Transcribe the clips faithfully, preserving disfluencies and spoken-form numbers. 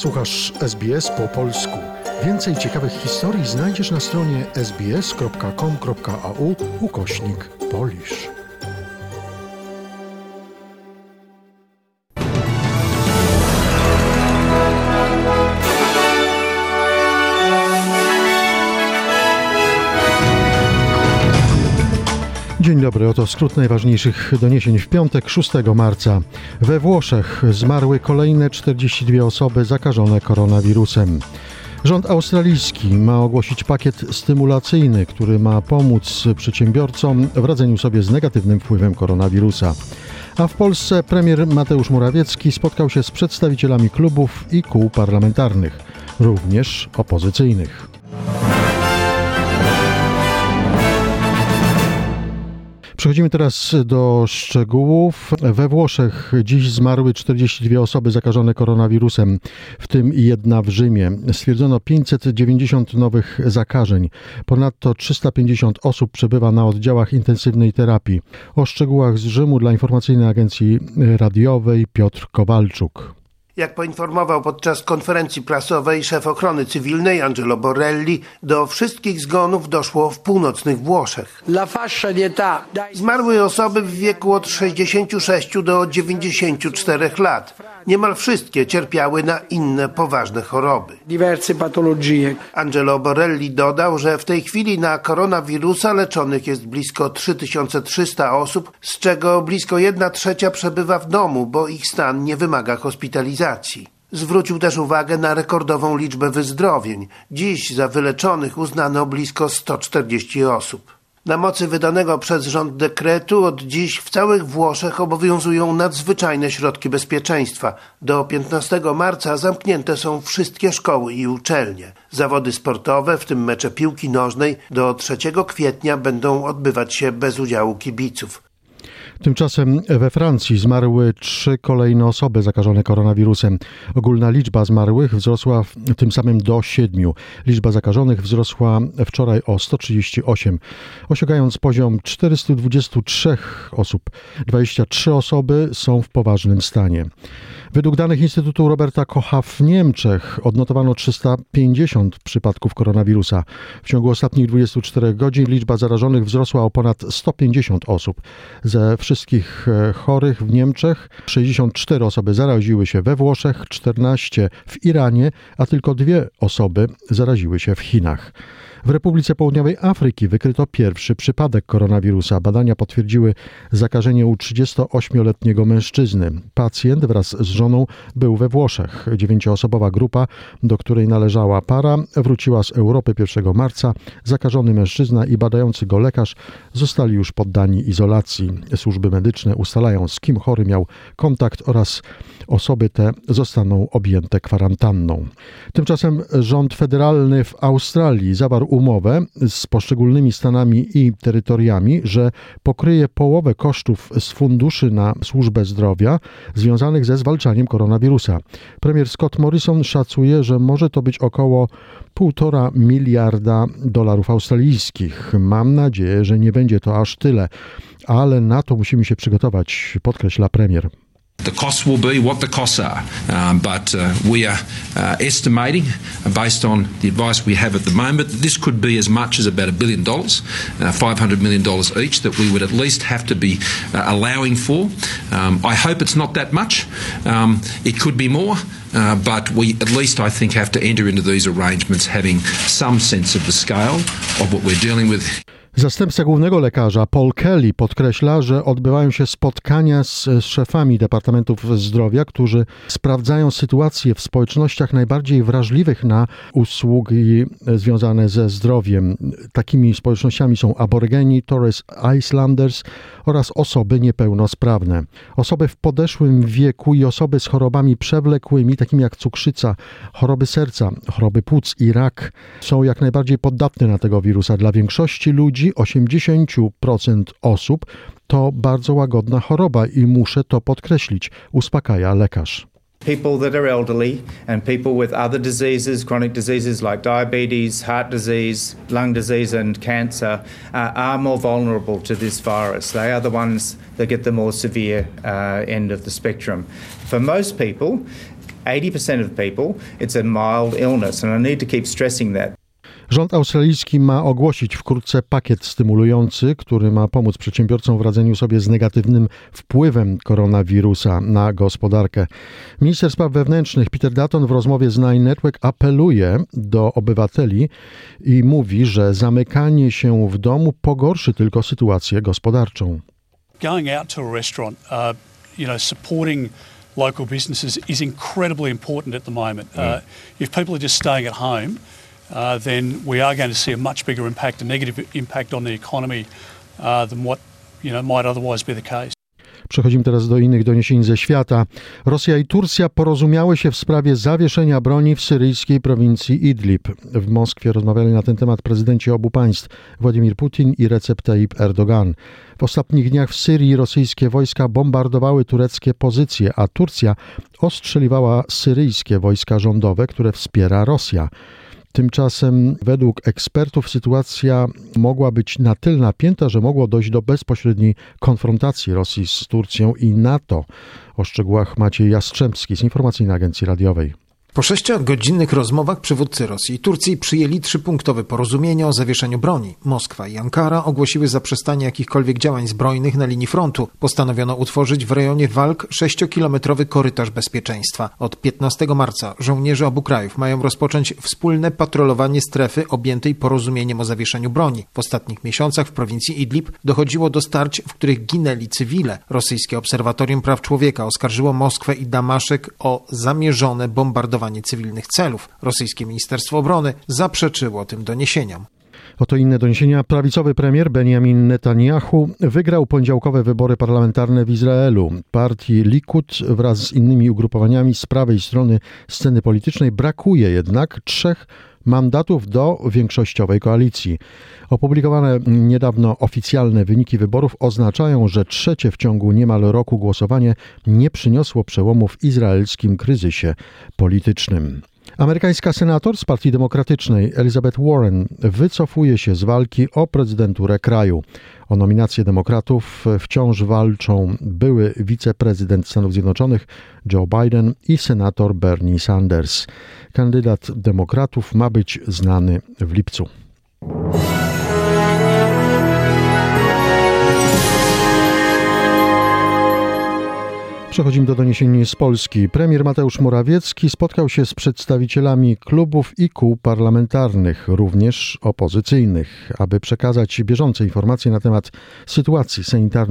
Słuchasz S B S po polsku. Więcej ciekawych historii znajdziesz na stronie sbs.com.au ukośnik Polish. Dzień dobry, oto skrót najważniejszych doniesień w piątek, szóstego marca. We Włoszech zmarły kolejne czterdzieści dwie osoby zakażone koronawirusem. Rząd australijski ma ogłosić pakiet stymulacyjny, który ma pomóc przedsiębiorcom w radzeniu sobie z negatywnym wpływem koronawirusa. A w Polsce premier Mateusz Morawiecki spotkał się z przedstawicielami klubów i kół parlamentarnych, również opozycyjnych. Przechodzimy teraz do szczegółów. We Włoszech dziś zmarły czterdzieści dwie osoby zakażone koronawirusem, w tym jedna w Rzymie. Stwierdzono pięćset dziewięćdziesiąt nowych zakażeń. Ponadto trzysta pięćdziesiąt osób przebywa na oddziałach intensywnej terapii. O szczegółach z Rzymu dla informacyjnej agencji radiowej Piotr Kowalczuk. Jak poinformował podczas konferencji prasowej szef ochrony cywilnej Angelo Borrelli, do wszystkich zgonów doszło w północnych Włoszech. Zmarły osoby w wieku od sześćdziesięciu sześciu do dziewięćdziesięciu czterech lat. Niemal wszystkie cierpiały na inne poważne choroby. Angelo Borrelli dodał, że w tej chwili na koronawirusa leczonych jest blisko trzy tysiące trzysta osób, z czego blisko jedna trzecia przebywa w domu, bo ich stan nie wymaga hospitalizacji. Zwrócił też uwagę na rekordową liczbę wyzdrowień. Dziś za wyleczonych uznano blisko sto czterdzieści osób. Na mocy wydanego przez rząd dekretu od dziś w całych Włoszech obowiązują nadzwyczajne środki bezpieczeństwa. Do piętnastego marca zamknięte są wszystkie szkoły i uczelnie. Zawody sportowe, w tym mecze piłki nożnej, do trzeciego kwietnia będą odbywać się bez udziału kibiców. Tymczasem we Francji zmarły trzy kolejne osoby zakażone koronawirusem. Ogólna liczba zmarłych wzrosła tym samym do siedmiu. Liczba zakażonych wzrosła wczoraj o sto trzydzieści osiem, osiągając poziom czterysta dwadzieścia trzy osób. dwadzieścia trzy osoby są w poważnym stanie. Według danych Instytutu Roberta Kocha w Niemczech odnotowano trzysta pięćdziesiąt przypadków koronawirusa. W ciągu ostatnich dwudziestu czterech godzin liczba zarażonych wzrosła o ponad sto pięćdziesiąt osób. Ze wszystkich chorych w Niemczech sześćdziesiąt cztery osoby zaraziły się we Włoszech, czternaście w Iranie, a tylko dwie osoby zaraziły się w Chinach. W Republice Południowej Afryki wykryto pierwszy przypadek koronawirusa. Badania potwierdziły zakażenie u trzydziestoośmioletniego mężczyzny. Pacjent wraz z żoną był we Włoszech. Dziewięcioosobowa grupa, do której należała para, wróciła z Europy pierwszego marca. Zakażony mężczyzna i badający go lekarz zostali już poddani izolacji. Służby medyczne ustalają, z kim chory miał kontakt oraz osoby te zostaną objęte kwarantanną. Tymczasem rząd federalny w Australii zawarł umowę z poszczególnymi stanami i terytoriami, że pokryje połowę kosztów z funduszy na służbę zdrowia związanych ze zwalczaniem koronawirusa. Premier Scott Morrison szacuje, że może to być około półtora miliarda dolarów australijskich. Mam nadzieję, że nie będzie to aż tyle, ale na to musimy się przygotować, podkreśla premier. The costs will be what the costs are, um, but uh, we are uh, estimating, uh, based on the advice we have at the moment, that this could be as much as about a billion dollars, uh, five hundred million dollars each, that we would at least have to be uh, allowing for. Um, I hope it's not that much. Um, it could be more, uh, but we at least, I think, have to enter into these arrangements having some sense of the scale of what we're dealing with. Zastępca głównego lekarza Paul Kelly podkreśla, że odbywają się spotkania z szefami departamentów zdrowia, którzy sprawdzają sytuację w społecznościach najbardziej wrażliwych na usługi związane ze zdrowiem. Takimi społecznościami są aborygeni, Torres Islanders oraz osoby niepełnosprawne. Osoby w podeszłym wieku i osoby z chorobami przewlekłymi, takimi jak cukrzyca, choroby serca, choroby płuc i rak, są jak najbardziej poddatne na tego wirusa. Dla większości ludzi, osiemdziesiąt procent osób, to bardzo łagodna choroba i muszę to podkreślić, uspokaja lekarz. People that are elderly and people with other diseases, chronic diseases like diabetes, heart disease, lung disease and cancer uh, are more vulnerable to this virus. They are the ones that get the more severe uh, end of the spectrum. For most people, eighty percent of people, it's a mild illness, and I need to keep stressing that. Rząd australijski ma ogłosić wkrótce pakiet stymulujący, który ma pomóc przedsiębiorcom w radzeniu sobie z negatywnym wpływem koronawirusa na gospodarkę. Minister spraw wewnętrznych Peter Dutton w rozmowie z Nine Network apeluje do obywateli i mówi, że zamykanie się w domu pogorszy tylko sytuację gospodarczą. Going out to a restaurant, uh, you know, supporting local businesses is incredibly important at the moment. Uh, if people are just staying at home, Uh, then we are going to see a much bigger impact, a negative impact on the economy uh, than what, you know, might otherwise be the case. Przechodzimy teraz do innych doniesień ze świata. Rosja i Turcja porozumiały się w sprawie zawieszenia broni w syryjskiej prowincji Idlib. W Moskwie rozmawiali na ten temat prezydenci obu państw, Władimir Putin i Recep Tayyip Erdogan. W ostatnich dniach w Syrii rosyjskie wojska bombardowały tureckie pozycje, a Turcja ostrzeliwała syryjskie wojska rządowe, które wspiera Rosja. Tymczasem według ekspertów sytuacja mogła być na tyle napięta, że mogło dojść do bezpośredniej konfrontacji Rosji z Turcją i NATO. O szczegółach Maciej Jastrzębski z Informacyjnej Agencji Radiowej. Po sześciogodzinnych rozmowach przywódcy Rosji i Turcji przyjęli trzypunktowe porozumienie o zawieszeniu broni. Moskwa i Ankara ogłosiły zaprzestanie jakichkolwiek działań zbrojnych na linii frontu. Postanowiono utworzyć w rejonie walk sześciokilometrowy korytarz bezpieczeństwa. Od piętnastego marca żołnierze obu krajów mają rozpocząć wspólne patrolowanie strefy objętej porozumieniem o zawieszeniu broni. W ostatnich miesiącach w prowincji Idlib dochodziło do starć, w których ginęli cywile. Rosyjskie Obserwatorium Praw Człowieka oskarżyło Moskwę i Damaszek o zamierzone bombardowanie cywilnych celów. Rosyjskie Ministerstwo Obrony zaprzeczyło tym doniesieniom. Oto inne doniesienia. Prawicowy premier Benjamin Netanyahu wygrał poniedziałkowe wybory parlamentarne w Izraelu. Partii Likud wraz z innymi ugrupowaniami z prawej strony sceny politycznej brakuje jednak trzech mandatów do większościowej koalicji. Opublikowane niedawno oficjalne wyniki wyborów oznaczają, że trzecie w ciągu niemal roku głosowanie nie przyniosło przełomu w izraelskim kryzysie politycznym. Amerykańska senator z Partii Demokratycznej Elizabeth Warren wycofuje się z walki o prezydenturę kraju. O nominację demokratów wciąż walczą były wiceprezydent Stanów Zjednoczonych Joe Biden i senator Bernie Sanders. Kandydat demokratów ma być znany w lipcu. Przechodzimy do doniesień z Polski. Premier Mateusz Morawiecki spotkał się z przedstawicielami klubów i kół parlamentarnych, również opozycyjnych, aby przekazać bieżące informacje na temat sytuacji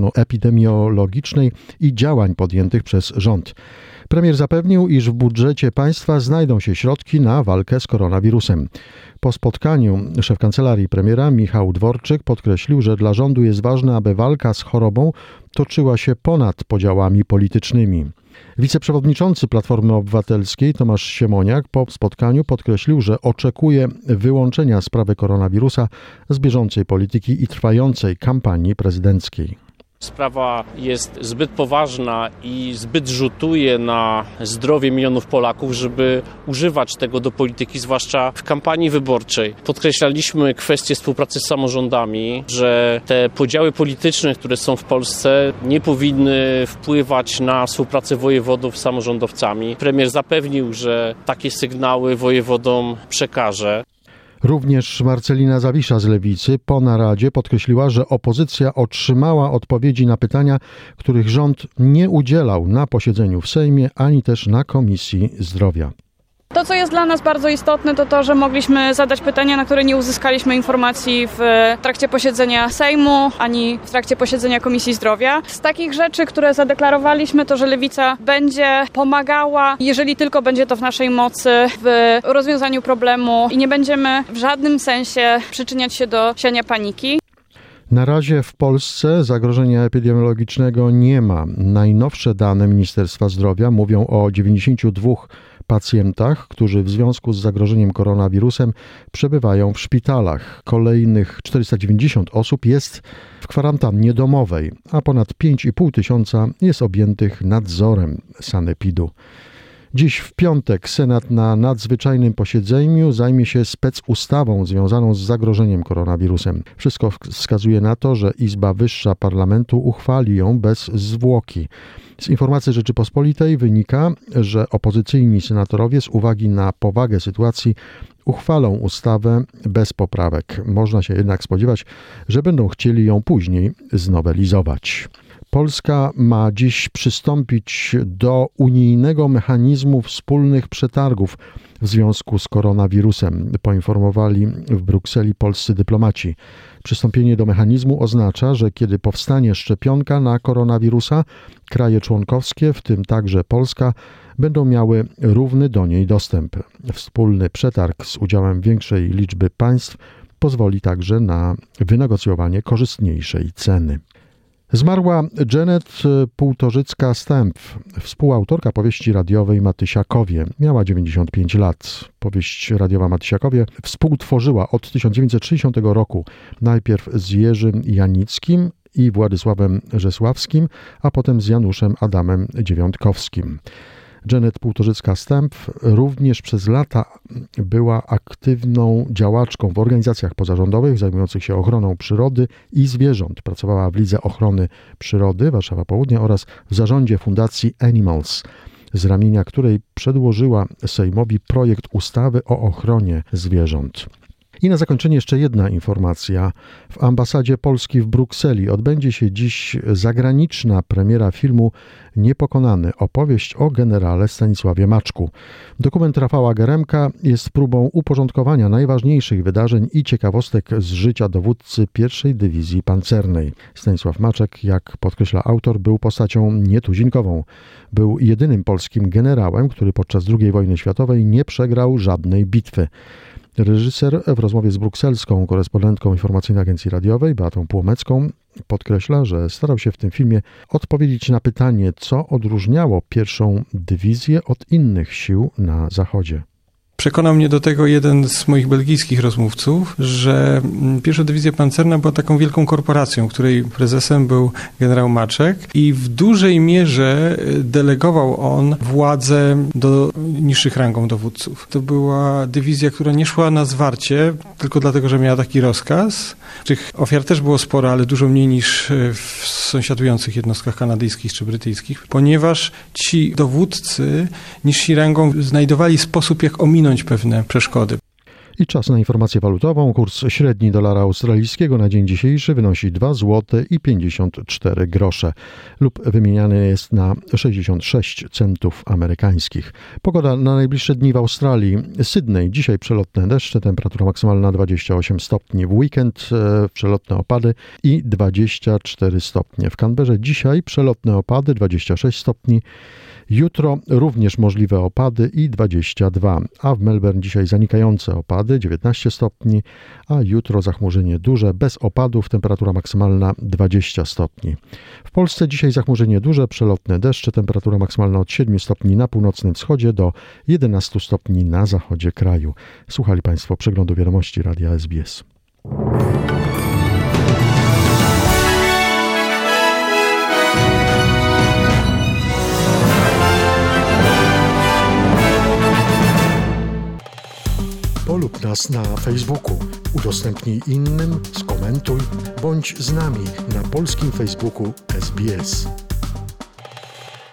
sanitarno-epidemiologicznej i działań podjętych przez rząd. Premier zapewnił, iż w budżecie państwa znajdą się środki na walkę z koronawirusem. Po spotkaniu szef kancelarii premiera Michał Dworczyk podkreślił, że dla rządu jest ważne, aby walka z chorobą toczyła się ponad podziałami politycznymi. Wiceprzewodniczący Platformy Obywatelskiej Tomasz Siemoniak po spotkaniu podkreślił, że oczekuje wyłączenia sprawy koronawirusa z bieżącej polityki i trwającej kampanii prezydenckiej. Sprawa jest zbyt poważna i zbyt rzutuje na zdrowie milionów Polaków, żeby używać tego do polityki, zwłaszcza w kampanii wyborczej. Podkreślaliśmy kwestię współpracy z samorządami, że te podziały polityczne, które są w Polsce, nie powinny wpływać na współpracę wojewodów z samorządowcami. Premier zapewnił, że takie sygnały wojewodom przekaże. Również Marcelina Zawisza z Lewicy po naradzie podkreśliła, że opozycja otrzymała odpowiedzi na pytania, których rząd nie udzielał na posiedzeniu w Sejmie ani też na Komisji Zdrowia. To, co jest dla nas bardzo istotne, to to, że mogliśmy zadać pytania, na które nie uzyskaliśmy informacji w trakcie posiedzenia Sejmu, ani w trakcie posiedzenia Komisji Zdrowia. Z takich rzeczy, które zadeklarowaliśmy, to, że Lewica będzie pomagała, jeżeli tylko będzie to w naszej mocy, w rozwiązaniu problemu i nie będziemy w żadnym sensie przyczyniać się do siania paniki. Na razie w Polsce zagrożenia epidemiologicznego nie ma. Najnowsze dane Ministerstwa Zdrowia mówią o dziewięćdziesięciu dwóch pacjentach, którzy w związku z zagrożeniem koronawirusem przebywają w szpitalach. Kolejnych czterysta dziewięćdziesiąt osób jest w kwarantannie domowej, a ponad pięć i pół tysiąca jest objętych nadzorem sanepidu. Dziś w piątek Senat na nadzwyczajnym posiedzeniu zajmie się specustawą związaną z zagrożeniem koronawirusem. Wszystko wskazuje na to, że Izba Wyższa Parlamentu uchwali ją bez zwłoki. Z informacji Rzeczypospolitej wynika, że opozycyjni senatorowie z uwagi na powagę sytuacji uchwalą ustawę bez poprawek. Można się jednak spodziewać, że będą chcieli ją później znowelizować. Polska ma dziś przystąpić do unijnego mechanizmu wspólnych przetargów w związku z koronawirusem, poinformowali w Brukseli polscy dyplomaci. Przystąpienie do mechanizmu oznacza, że kiedy powstanie szczepionka na koronawirusa, kraje członkowskie, w tym także Polska, będą miały równy do niej dostęp. Wspólny przetarg z udziałem większej liczby państw pozwoli także na wynegocjowanie korzystniejszej ceny. Zmarła Janet Półtorzycka-Stempf, współautorka powieści radiowej Matysiakowie. Miała dziewięćdziesiąt pięć lat. Powieść radiowa Matysiakowie współtworzyła od tysiąc dziewięćset sześćdziesiątego roku najpierw z Jerzym Janickim i Władysławem Rzesławskim, a potem z Januszem Adamem Dziewiątkowskim. Janet Półtorzycka-Stempf również przez lata była aktywną działaczką w organizacjach pozarządowych zajmujących się ochroną przyrody i zwierząt. Pracowała w Lidze Ochrony Przyrody Warszawa Południe oraz w zarządzie Fundacji Animals, z ramienia której przedłożyła Sejmowi projekt ustawy o ochronie zwierząt. I na zakończenie jeszcze jedna informacja. W ambasadzie Polski w Brukseli odbędzie się dziś zagraniczna premiera filmu Niepokonany, opowieść o generale Stanisławie Maczku. Dokument Rafała Geremka jest próbą uporządkowania najważniejszych wydarzeń i ciekawostek z życia dowódcy pierwszej Dywizji Pancernej. Stanisław Maczek, jak podkreśla autor, był postacią nietuzinkową. Był jedynym polskim generałem, który podczas drugiej wojny światowej nie przegrał żadnej bitwy. Reżyser w rozmowie z brukselską korespondentką informacyjnej agencji radiowej Beatą Płomecką podkreśla, że starał się w tym filmie odpowiedzieć na pytanie, co odróżniało pierwszą dywizję od innych sił na Zachodzie. Przekonał mnie do tego jeden z moich belgijskich rozmówców, że pierwsza Dywizja Pancerna była taką wielką korporacją, której prezesem był generał Maczek i w dużej mierze delegował on władzę do niższych rangą dowódców. To była dywizja, która nie szła na zwarcie, tylko dlatego, że miała taki rozkaz. Tych ofiar też było sporo, ale dużo mniej niż w sąsiadujących jednostkach kanadyjskich czy brytyjskich, ponieważ ci dowódcy niżsi rangą znajdowali sposób, jak ominąć pewne przeszkody. I czas na informację walutową. Kurs średni dolara australijskiego na dzień dzisiejszy wynosi dwa złote i pięćdziesiąt cztery grosze lub wymieniany jest na sześćdziesiąt sześć centów amerykańskich. Pogoda na najbliższe dni w Australii. Sydney dzisiaj przelotne deszcze, temperatura maksymalna dwadzieścia osiem stopni. W weekend e, przelotne opady i dwadzieścia cztery stopnie. W Canberrze dzisiaj przelotne opady dwadzieścia sześć stopni. Jutro również możliwe opady i dwadzieścia dwa, a w Melbourne dzisiaj zanikające opady dziewiętnaście stopni, a jutro zachmurzenie duże bez opadów, temperatura maksymalna dwadzieścia stopni. W Polsce dzisiaj zachmurzenie duże, przelotne deszcze, temperatura maksymalna od siedmiu stopni na północnym wschodzie do jedenastu stopni na zachodzie kraju. Słuchali Państwo przeglądu wiadomości Radia S B S. Polub nas na Facebooku, udostępnij innym, skomentuj, bądź z nami na polskim Facebooku S B S.